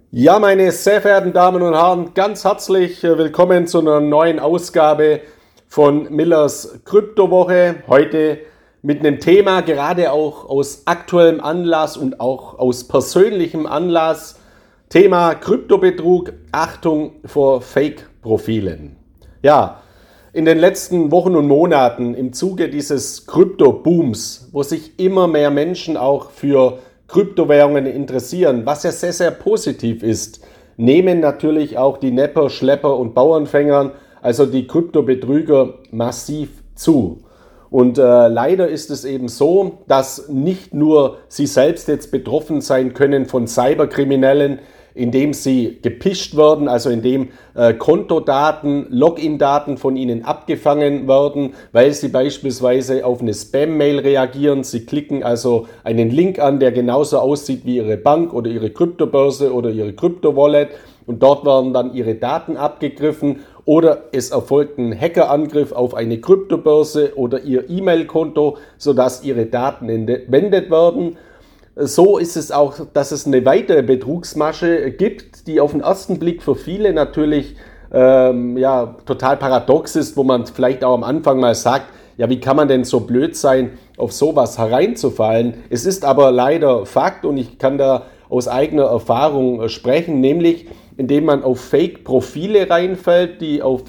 Ja, meine sehr verehrten Damen und Herren, ganz herzlich willkommen zu einer neuen Ausgabe von Millers Kryptowoche. Heute mit einem Thema, gerade auch aus aktuellem Anlass und auch aus persönlichem Anlass. Thema Kryptobetrug, Achtung vor Fake-Profilen. Ja, in den letzten Wochen und Monaten im Zuge dieses Krypto-Booms, wo sich immer mehr Menschen auch für Kryptowährungen interessieren, was ja sehr, sehr positiv ist, nehmen natürlich auch die Nepper, Schlepper und Bauernfänger, also die Kryptobetrüger, massiv zu. Und leider ist es eben so, dass nicht nur sie selbst jetzt betroffen sein können von Cyberkriminellen, indem sie gepischt werden, also indem Kontodaten, Login-Daten von ihnen abgefangen werden, weil sie beispielsweise auf eine Spam-Mail reagieren. Sie klicken also einen Link an, der genauso aussieht wie ihre Bank oder ihre Kryptobörse oder ihre Kryptowallet, und dort werden dann ihre Daten abgegriffen, oder es erfolgt ein Hackerangriff auf eine Kryptobörse oder ihr E-Mail-Konto, sodass ihre Daten entwendet werden. So ist es auch, dass es eine weitere Betrugsmasche gibt, die auf den ersten Blick für viele natürlich total paradox ist, wo man vielleicht auch am Anfang mal sagt, ja, wie kann man denn so blöd sein, auf sowas hereinzufallen? Es ist aber leider Fakt, und ich kann da aus eigener Erfahrung sprechen, nämlich indem man auf Fake-Profile reinfällt, die auf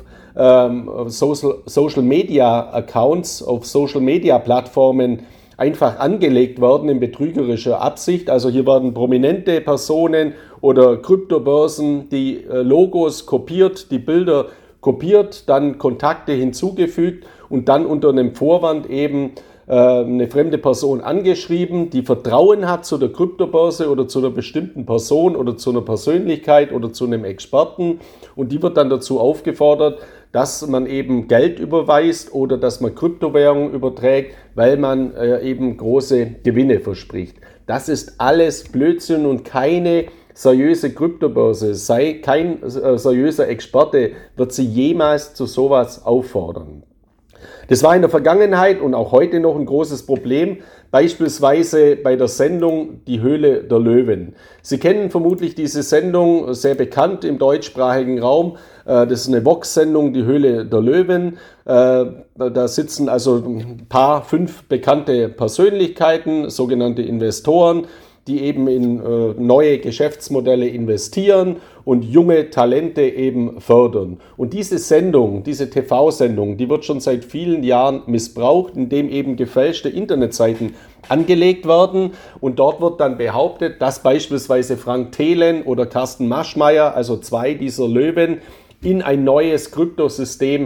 Social-Media-Accounts, auf Social-Media-Plattformen einfach angelegt werden in betrügerischer Absicht. Also hier werden prominente Personen oder Kryptobörsen die Logos kopiert, die Bilder kopiert, dann Kontakte hinzugefügt und dann unter einem Vorwand eben eine fremde Person angeschrieben, die Vertrauen hat zu der Kryptobörse oder zu einer bestimmten Person oder zu einer Persönlichkeit oder zu einem Experten, und die wird dann dazu aufgefordert, dass man eben Geld überweist oder dass man Kryptowährungen überträgt, weil man eben große Gewinne verspricht. Das ist alles Blödsinn, und keine seriöse Kryptobörse, kein seriöser Experte wird sie jemals zu sowas auffordern. Das war in der Vergangenheit und auch heute noch ein großes Problem, beispielsweise bei der Sendung Die Höhle der Löwen. Sie kennen vermutlich diese Sendung, sehr bekannt im deutschsprachigen Raum. Das ist eine Vox-Sendung, Die Höhle der Löwen. Da sitzen also ein paar, 5 bekannte Persönlichkeiten, sogenannte Investoren, die eben in neue Geschäftsmodelle investieren und junge Talente eben fördern. Und diese Sendung, diese TV-Sendung, die wird schon seit vielen Jahren missbraucht, indem eben gefälschte Internetseiten angelegt werden, und dort wird dann behauptet, dass beispielsweise Frank Thelen oder Carsten Maschmeyer, also 2 dieser Löwen, in ein neues Kryptosystem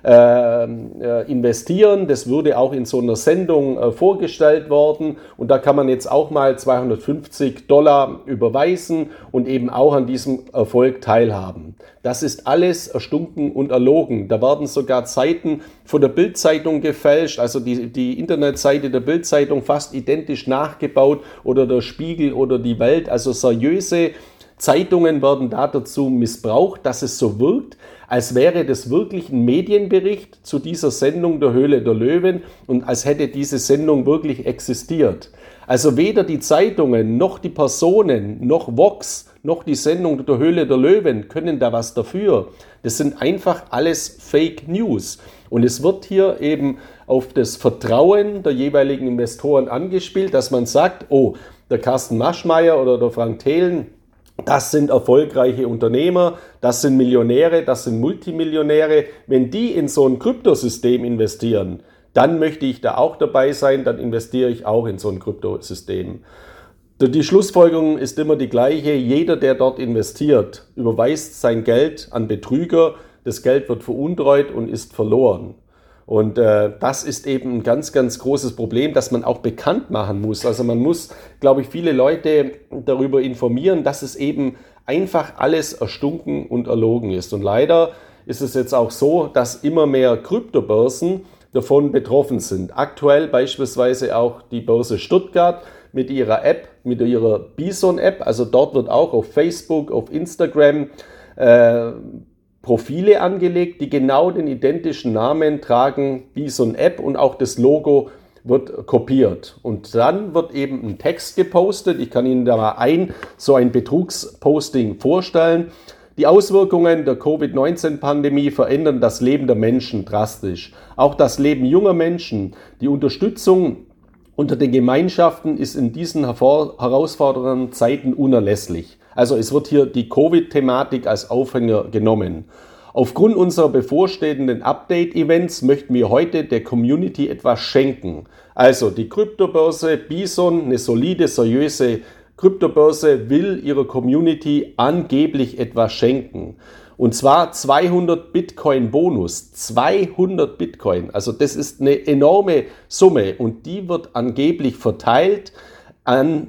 investieren. Das würde auch in so einer Sendung vorgestellt worden, und da kann man jetzt auch mal $250 überweisen und eben auch an diesem Erfolg teilhaben. Das ist alles erstunken und erlogen. Da werden sogar Seiten von der Bild-Zeitung gefälscht, also die Internetseite der Bild-Zeitung fast identisch nachgebaut, oder der Spiegel oder die Welt, also seriöse Zeitungen werden da dazu missbraucht, dass es so wirkt, als wäre das wirklich ein Medienbericht zu dieser Sendung der Höhle der Löwen und als hätte diese Sendung wirklich existiert. Also weder die Zeitungen, noch die Personen, noch Vox, noch die Sendung der Höhle der Löwen können da was dafür. Das sind einfach alles Fake News. Und es wird hier eben auf das Vertrauen der jeweiligen Investoren angespielt, dass man sagt, oh, der Carsten Maschmeyer oder der Frank Thelen, das sind erfolgreiche Unternehmer, das sind Millionäre, das sind Multimillionäre. Wenn die in so ein Kryptosystem investieren, dann möchte ich da auch dabei sein, dann investiere ich auch in so ein Kryptosystem. Die Schlussfolgerung ist immer die gleiche. Jeder, der dort investiert, überweist sein Geld an Betrüger, das Geld wird veruntreut und ist verloren. Und das ist eben ein ganz, ganz großes Problem, das man auch bekannt machen muss. Also man muss, glaube ich, viele Leute darüber informieren, dass es eben einfach alles erstunken und erlogen ist. Und leider ist es jetzt auch so, dass immer mehr Kryptobörsen davon betroffen sind. Aktuell beispielsweise auch die Börse Stuttgart mit ihrer App, mit ihrer Bison-App. Also dort wird auch auf Facebook, auf Instagram Profile angelegt, die genau den identischen Namen tragen, Bison App, und auch das Logo wird kopiert. Und dann wird eben ein Text gepostet. Ich kann Ihnen da mal so ein Betrugsposting vorstellen. Die Auswirkungen der Covid-19-Pandemie verändern das Leben der Menschen drastisch. Auch das Leben junger Menschen. Die Unterstützung unter den Gemeinschaften ist in diesen herausfordernden Zeiten unerlässlich. Also es wird hier die Covid-Thematik als Aufhänger genommen. Aufgrund unserer bevorstehenden Update-Events möchten wir heute der Community etwas schenken. Also die Kryptobörse Bison, eine solide, seriöse Kryptobörse, will ihrer Community angeblich etwas schenken. Und zwar 200 Bitcoin Bonus. 200 Bitcoin. Also das ist eine enorme Summe und die wird angeblich verteilt an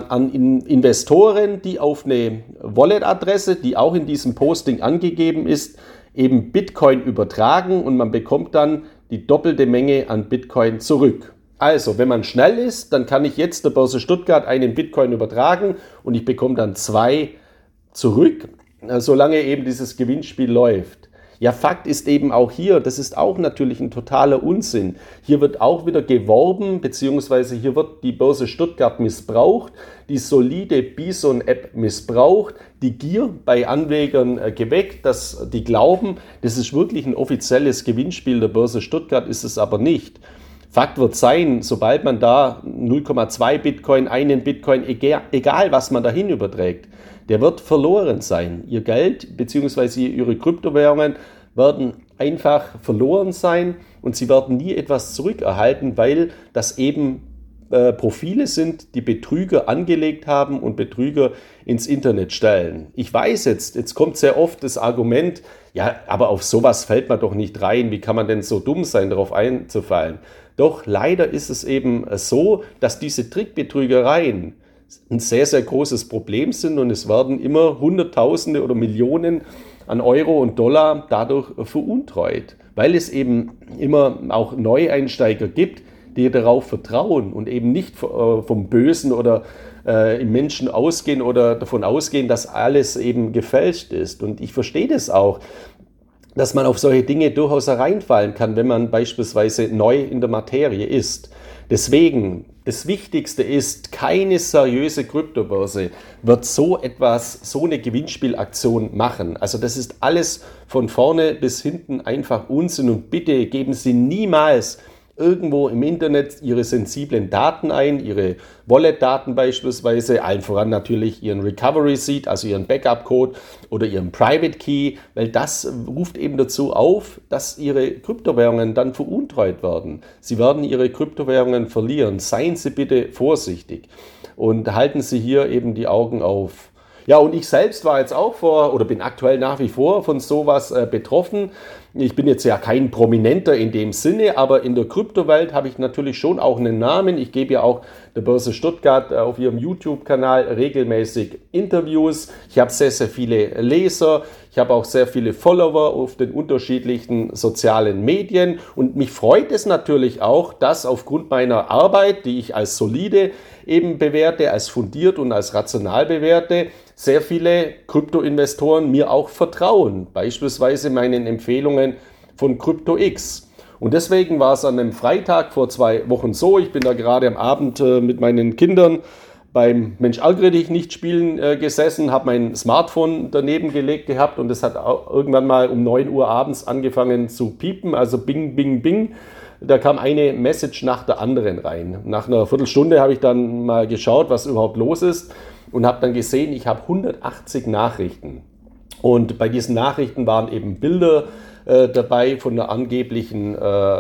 Investoren, die auf eine Wallet-Adresse, die auch in diesem Posting angegeben ist, eben Bitcoin übertragen und man bekommt dann die doppelte Menge an Bitcoin zurück. Also, wenn man schnell ist, dann kann ich jetzt der Börse Stuttgart einen Bitcoin übertragen und ich bekomme dann 2 zurück, solange eben dieses Gewinnspiel läuft. Ja, Fakt ist eben auch hier, das ist auch natürlich ein totaler Unsinn. Hier wird auch wieder geworben, beziehungsweise hier wird die Börse Stuttgart missbraucht, die solide Bison-App missbraucht, die Gier bei Anlegern geweckt, dass die glauben, das ist wirklich ein offizielles Gewinnspiel der Börse Stuttgart, ist es aber nicht. Fakt wird sein, sobald man da 0,2 Bitcoin, einen Bitcoin, egal was man dahin überträgt, der wird verloren sein. Ihr Geld bzw. Ihre Kryptowährungen werden einfach verloren sein und Sie werden nie etwas zurückerhalten, weil das eben Profile sind, die Betrüger angelegt haben und Betrüger ins Internet stellen. Ich weiß jetzt kommt sehr oft das Argument, ja, aber auf sowas fällt man doch nicht rein. Wie kann man denn so dumm sein, darauf einzufallen? Doch leider ist es eben so, dass diese Trickbetrügereien ein sehr, sehr großes Problem sind und es werden immer Hunderttausende oder Millionen an Euro und Dollar dadurch veruntreut, weil es eben immer auch Neueinsteiger gibt, die darauf vertrauen und eben nicht vom Bösen oder im Menschen ausgehen oder davon ausgehen, dass alles eben gefälscht ist. Und ich verstehe das auch, dass man auf solche Dinge durchaus hereinfallen kann, wenn man beispielsweise neu in der Materie ist. Deswegen, das Wichtigste ist, keine seriöse Kryptobörse wird so eine Gewinnspielaktion machen. Also das ist alles von vorne bis hinten einfach Unsinn und bitte geben Sie niemals irgendwo im Internet Ihre sensiblen Daten ein, Ihre Wallet-Daten beispielsweise, allen voran natürlich Ihren Recovery Seed, also Ihren Backup-Code oder Ihren Private Key, weil das ruft eben dazu auf, dass Ihre Kryptowährungen dann veruntreut werden. Sie werden Ihre Kryptowährungen verlieren. Seien Sie bitte vorsichtig und halten Sie hier eben die Augen auf. Ja, und ich selbst war jetzt auch bin aktuell nach wie vor von sowas betroffen. Ich bin jetzt ja kein Prominenter in dem Sinne, aber in der Kryptowelt habe ich natürlich schon auch einen Namen. Ich gebe ja auch der Börse Stuttgart auf ihrem YouTube-Kanal regelmäßig Interviews. Ich habe sehr, sehr viele Leser. Ich habe auch sehr viele Follower auf den unterschiedlichen sozialen Medien. Und mich freut es natürlich auch, dass aufgrund meiner Arbeit, die ich als solide eben bewerte, als fundiert und als rational bewerte, sehr viele Kryptoinvestoren mir auch vertrauen, beispielsweise meinen Empfehlungen von CryptoX. Und deswegen war es an einem Freitag vor 2 Wochen so, ich bin da gerade am Abend mit meinen Kindern beim Mensch ärgere dich nicht spielen gesessen, habe mein Smartphone daneben gelegt gehabt und es hat auch irgendwann mal um 9 Uhr abends angefangen zu piepen, also bing, bing, bing. Da kam eine Message nach der anderen rein. Nach einer Viertelstunde habe ich dann mal geschaut, was überhaupt los ist und habe dann gesehen, ich habe 180 Nachrichten. Und bei diesen Nachrichten waren eben Bilder dabei von einem angeblichen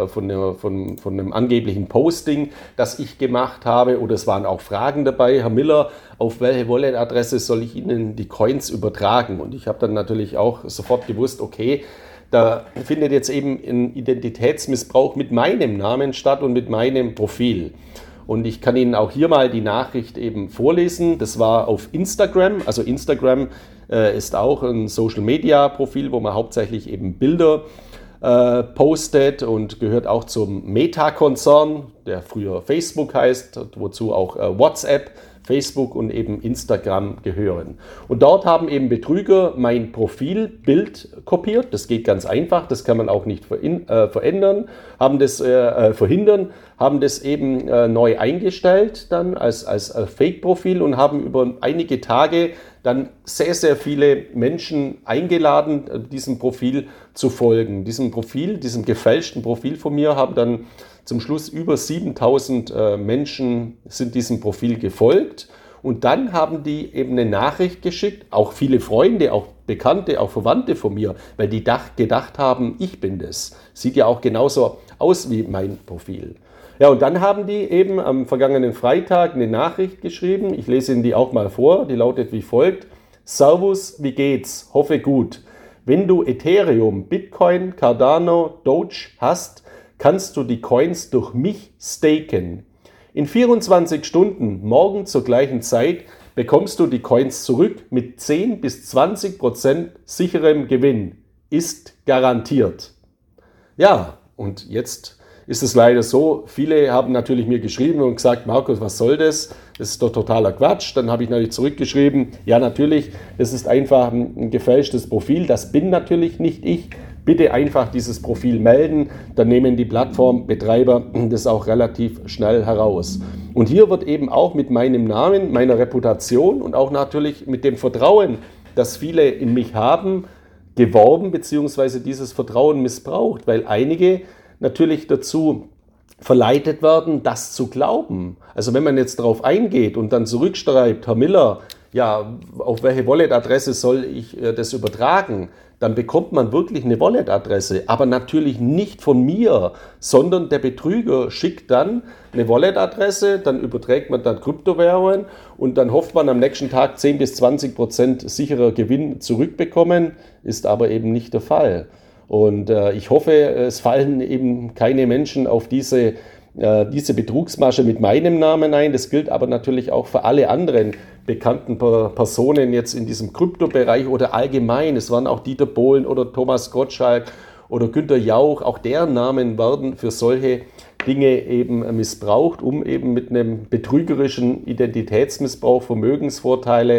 Posting, das ich gemacht habe. Oder es waren auch Fragen dabei. Herr Miller, auf welche Wallet-Adresse soll ich Ihnen die Coins übertragen? Und ich habe dann natürlich auch sofort gewusst, okay, da findet jetzt eben ein Identitätsmissbrauch mit meinem Namen statt und mit meinem Profil. Und ich kann Ihnen auch hier mal die Nachricht eben vorlesen. Das war auf Instagram. Also Instagram ist auch ein Social-Media-Profil, wo man hauptsächlich eben Bilder postet und gehört auch zum Meta-Konzern, der früher Facebook heißt, wozu auch WhatsApp Facebook und eben Instagram gehören. Und dort haben eben Betrüger mein Profilbild kopiert. Das geht ganz einfach, das kann man auch nicht verändern, verhindern, haben das eben neu eingestellt dann als Fake-Profil und haben über einige Tage dann sehr, sehr viele Menschen eingeladen, diesem Profil zu folgen. Diesem gefälschten Profil von mir haben dann zum Schluss über 7000 Menschen sind diesem Profil gefolgt. Und dann haben die eben eine Nachricht geschickt, auch viele Freunde, auch Bekannte, auch Verwandte von mir, weil die gedacht haben, ich bin das. Sieht ja auch genauso aus wie mein Profil. Ja, und dann haben die eben am vergangenen Freitag eine Nachricht geschrieben. Ich lese Ihnen die auch mal vor. Die lautet wie folgt. Servus, wie geht's? Hoffe gut. Wenn du Ethereum, Bitcoin, Cardano, Doge hast, kannst du die Coins durch mich staken. In 24 Stunden, morgen zur gleichen Zeit, bekommst du die Coins zurück mit 10 bis 20% sicherem Gewinn. Ist garantiert. Ja, und jetzt ist es leider so, viele haben natürlich mir geschrieben und gesagt, Markus, was soll das? Das ist doch totaler Quatsch. Dann habe ich natürlich zurückgeschrieben, ja natürlich, das ist einfach ein gefälschtes Profil, das bin natürlich nicht ich. Bitte einfach dieses Profil melden, dann nehmen die Plattformbetreiber das auch relativ schnell heraus. Und hier wird eben auch mit meinem Namen, meiner Reputation und auch natürlich mit dem Vertrauen, das viele in mich haben, geworben bzw. dieses Vertrauen missbraucht, weil einige natürlich dazu verleitet werden, das zu glauben. Also wenn man jetzt darauf eingeht und dann zurückschreibt, Herr Miller, ja, auf welche Wallet-Adresse soll ich das übertragen? Dann bekommt man wirklich eine Wallet-Adresse, aber natürlich nicht von mir, sondern der Betrüger schickt dann eine Wallet-Adresse, dann überträgt man dann Kryptowährungen und dann hofft man am nächsten Tag 10 bis 20% sicherer Gewinn zurückbekommen, ist aber eben nicht der Fall. Und ich hoffe, es fallen eben keine Menschen auf diese Betrugsmasche mit meinem Namen ein. Das gilt aber natürlich auch für alle anderen bekannten Personen jetzt in diesem Kryptobereich oder allgemein. Es waren auch Dieter Bohlen oder Thomas Gottschalk oder Günther Jauch. Auch deren Namen werden für solche Dinge eben missbraucht, um eben mit einem betrügerischen Identitätsmissbrauch Vermögensvorteile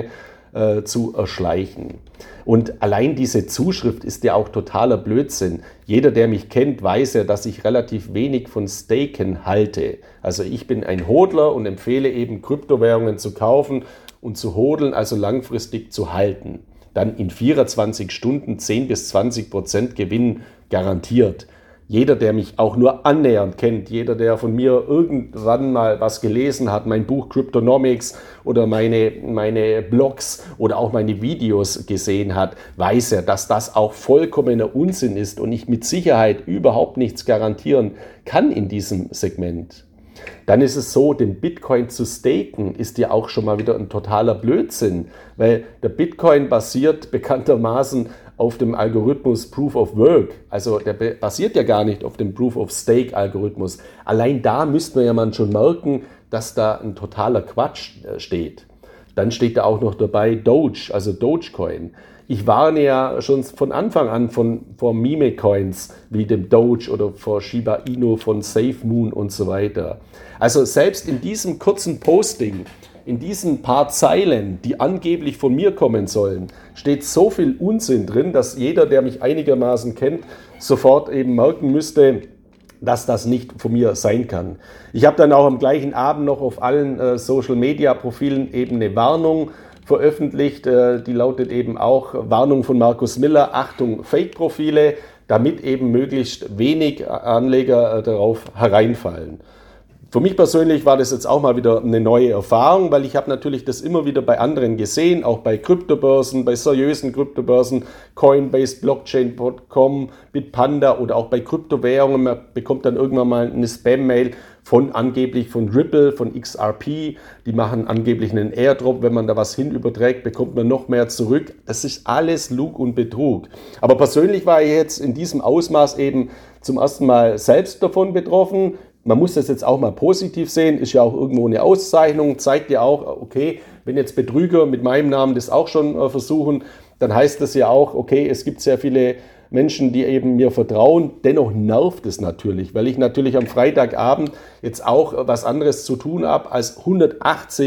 zu erschleichen. Und allein diese Zuschrift ist ja auch totaler Blödsinn. Jeder, der mich kennt, weiß ja, dass ich relativ wenig von Staken halte. Also ich bin ein Hodler und empfehle eben Kryptowährungen zu kaufen und zu hodeln, also langfristig zu halten. Dann in 24 Stunden 10 bis 20% Gewinn garantiert. Jeder, der mich auch nur annähernd kennt, jeder, der von mir irgendwann mal was gelesen hat, mein Buch Cryptonomics oder meine Blogs oder auch meine Videos gesehen hat, weiß ja, dass das auch vollkommener Unsinn ist und ich mit Sicherheit überhaupt nichts garantieren kann in diesem Segment. Dann ist es so, den Bitcoin zu staken ist ja auch schon mal wieder ein totaler Blödsinn, weil der Bitcoin basiert bekanntermaßen auf dem Algorithmus Proof of Work. Also der basiert ja gar nicht auf dem Proof of Stake Algorithmus. Allein da müsste man ja mal schon merken, dass da ein totaler Quatsch steht. Dann steht da auch noch dabei Doge, also Dogecoin. Ich warne ja schon von Anfang an vor Meme-Coins wie dem Doge oder vor Shiba Inu von SafeMoon und so weiter. Also selbst in diesem kurzen Posting, in diesen paar Zeilen, die angeblich von mir kommen sollen, steht so viel Unsinn drin, dass jeder, der mich einigermaßen kennt, sofort eben merken müsste, dass das nicht von mir sein kann. Ich habe dann auch am gleichen Abend noch auf allen Social-Media-Profilen eben eine Warnung veröffentlicht, die lautet eben auch Warnung von Markus Miller, Achtung Fake-Profile, damit eben möglichst wenig Anleger darauf hereinfallen. Für mich persönlich war das jetzt auch mal wieder eine neue Erfahrung, weil ich habe natürlich das immer wieder bei anderen gesehen, auch bei Kryptobörsen, bei seriösen Kryptobörsen, Coinbase, Blockchain.com, Bitpanda oder auch bei Kryptowährungen. Man bekommt dann irgendwann mal eine Spam-Mail angeblich von Ripple, von XRP. Die machen angeblich einen Airdrop. Wenn man da was hinüberträgt, bekommt man noch mehr zurück. Das ist alles Lug und Betrug. Aber persönlich war ich jetzt in diesem Ausmaß eben zum ersten Mal selbst davon betroffen. Man muss das jetzt auch mal positiv sehen, ist ja auch irgendwo eine Auszeichnung, zeigt ja auch, okay, wenn jetzt Betrüger mit meinem Namen das auch schon versuchen, dann heißt das ja auch, okay, es gibt sehr viele Menschen, die eben mir vertrauen. Dennoch nervt es natürlich, weil ich natürlich am Freitagabend jetzt auch was anderes zu tun habe, als 180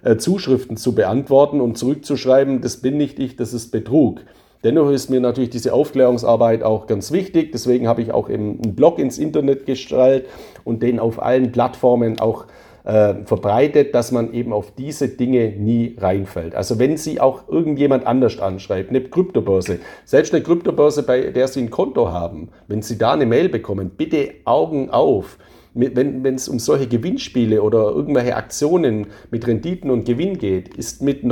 Zuschriften zu beantworten und zurückzuschreiben, das bin nicht ich, das ist Betrug. Dennoch ist mir natürlich diese Aufklärungsarbeit auch ganz wichtig. Deswegen habe ich auch eben einen Blog ins Internet gestellt und den auf allen Plattformen auch verbreitet, dass man eben auf diese Dinge nie reinfällt. Also wenn Sie auch irgendjemand anders anschreibt, eine Kryptobörse, selbst eine Kryptobörse, bei der Sie ein Konto haben, wenn Sie da eine Mail bekommen, bitte Augen auf. Wenn es um solche Gewinnspiele oder irgendwelche Aktionen mit Renditen und Gewinn geht, ist mit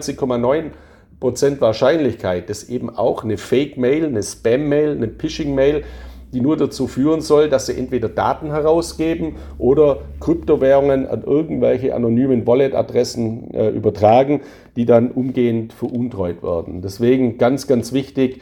99,9% Wahrscheinlichkeit, dass eben auch eine Fake-Mail, eine Spam-Mail, eine Phishing-Mail, die nur dazu führen soll, dass sie entweder Daten herausgeben oder Kryptowährungen an irgendwelche anonymen Wallet-Adressen übertragen, die dann umgehend veruntreut werden. Deswegen ganz, ganz wichtig,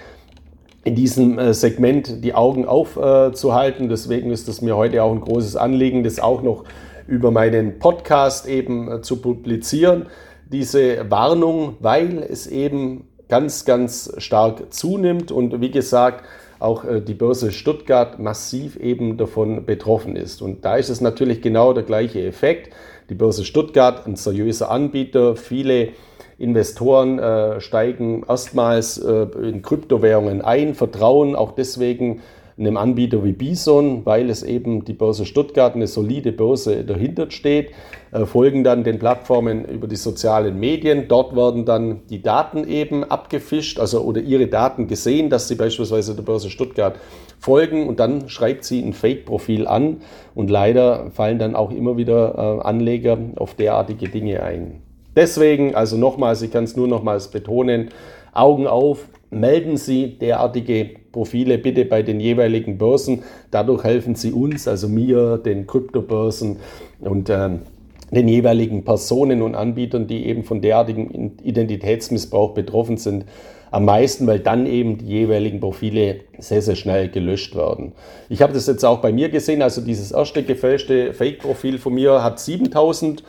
in diesem Segment die Augen aufzuhalten. Deswegen ist es mir heute auch ein großes Anliegen, das auch noch über meinen Podcast eben zu publizieren. Diese Warnung, weil es eben ganz, ganz stark zunimmt und wie gesagt, auch die Börse Stuttgart massiv eben davon betroffen ist. Und da ist es natürlich genau der gleiche Effekt. Die Börse Stuttgart, ein seriöser Anbieter, viele Investoren steigen erstmals in Kryptowährungen ein, vertrauen auch deswegen einem Anbieter wie Bison, weil es eben die Börse Stuttgart, eine solide Börse dahinter steht, folgen dann den Plattformen über die sozialen Medien. Dort werden dann die Daten eben abgefischt, also oder ihre Daten gesehen, dass sie beispielsweise der Börse Stuttgart folgen und dann schreibt sie ein Fake-Profil an und leider fallen dann auch immer wieder Anleger auf derartige Dinge ein. Deswegen, also nochmals, ich kann es nur nochmals betonen, Augen auf, melden Sie derartige Profile bitte bei den jeweiligen Börsen. Dadurch helfen Sie uns, also mir, den Kryptobörsen und den jeweiligen Personen und Anbietern, die eben von derartigem Identitätsmissbrauch betroffen sind, am meisten, weil dann eben die jeweiligen Profile sehr, sehr schnell gelöscht werden. Ich habe das jetzt auch bei mir gesehen, also dieses erste gefälschte Fake-Profil von mir hat 7000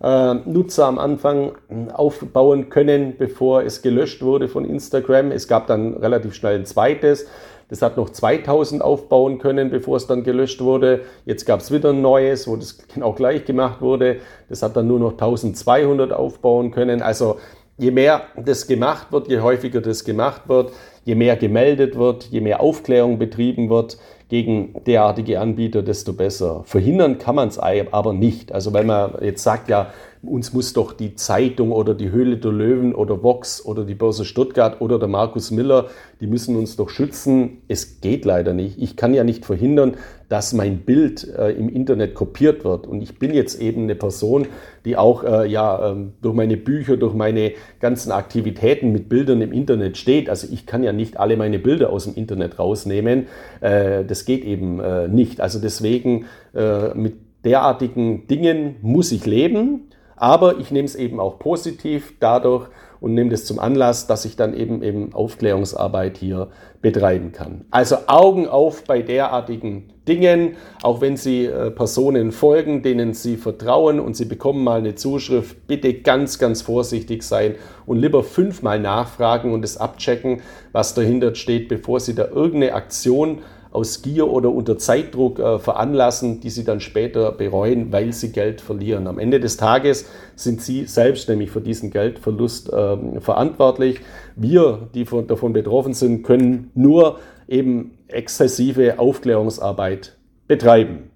Nutzer am Anfang aufbauen können, bevor es gelöscht wurde von Instagram. Es gab dann relativ schnell ein zweites. Das hat noch 2000 aufbauen können, bevor es dann gelöscht wurde. Jetzt gab es wieder ein neues, wo das genau gleich gemacht wurde. Das hat dann nur noch 1200 aufbauen können. Also je mehr das gemacht wird, je häufiger das gemacht wird, je mehr gemeldet wird, je mehr Aufklärung betrieben wird gegen derartige Anbieter, desto besser. Verhindern kann man es aber nicht. Also weil man jetzt sagt, ja, uns muss doch die Zeitung oder die Höhle der Löwen oder Vox oder die Börse Stuttgart oder der Markus Miller, die müssen uns doch schützen. Es geht leider nicht. Ich kann ja nicht verhindern, dass mein Bild im Internet kopiert wird. Und ich bin jetzt eben eine Person, die auch durch meine Bücher, durch meine ganzen Aktivitäten mit Bildern im Internet steht. Also ich kann ja nicht alle meine Bilder aus dem Internet rausnehmen. Das geht eben nicht. Also deswegen mit derartigen Dingen muss ich leben. Aber ich nehme es eben auch positiv dadurch und nehme das zum Anlass, dass ich dann eben Aufklärungsarbeit hier betreiben kann. Also Augen auf bei derartigen Dingen, auch wenn Sie Personen folgen, denen Sie vertrauen und Sie bekommen mal eine Zuschrift, bitte ganz, ganz vorsichtig sein und lieber 5-mal nachfragen und es abchecken, was dahinter steht, bevor Sie da irgendeine Aktion aus Gier oder unter Zeitdruck veranlassen, die Sie dann später bereuen, weil Sie Geld verlieren. Am Ende des Tages sind Sie selbst nämlich für diesen Geldverlust verantwortlich. Wir, die davon betroffen sind, können nur eben exzessive Aufklärungsarbeit betreiben.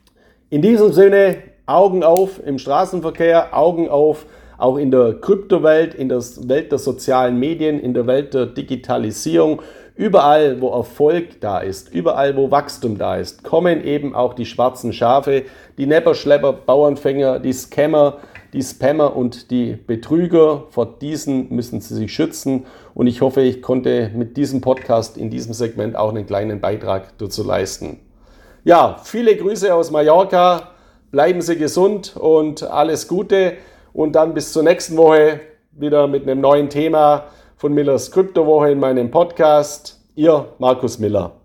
In diesem Sinne, Augen auf im Straßenverkehr, Augen auf auch in der Kryptowelt, in der Welt der sozialen Medien, in der Welt der Digitalisierung. Überall, wo Erfolg da ist, überall, wo Wachstum da ist, kommen eben auch die schwarzen Schafe, die Nepperschlepper, Bauernfänger, die Scammer, die Spammer und die Betrüger. Vor diesen müssen Sie sich schützen. Und ich hoffe, ich konnte mit diesem Podcast in diesem Segment auch einen kleinen Beitrag dazu leisten. Ja, viele Grüße aus Mallorca. Bleiben Sie gesund und alles Gute. Und dann bis zur nächsten Woche wieder mit einem neuen Thema von Millers Kryptowoche in meinem Podcast. Ihr Markus Miller.